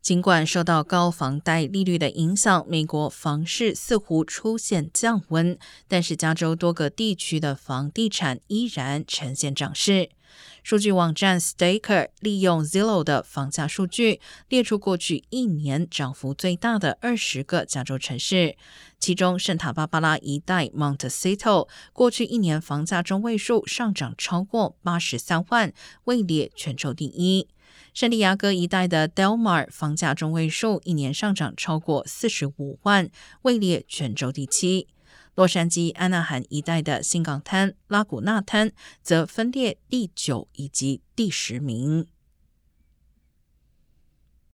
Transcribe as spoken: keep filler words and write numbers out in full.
尽管受到高房贷利率的影响，美国房市似乎出现降温，但是加州多个地区的房地产依然呈现涨势。数据网站 Staker 利用 Zillow 的房价数据，列出过去一年涨幅最大的二十个加州城市，其中圣塔芭芭拉一带 Montecito 过去一年房价中位数上涨超过八十三万，位列全州第一。圣地亚哥一带的 Del Mar 房价中位数一年上涨超过四十五万，位列全州第七。洛杉矶安纳罕一带的新港滩、拉古纳滩则分列第九以及第十名。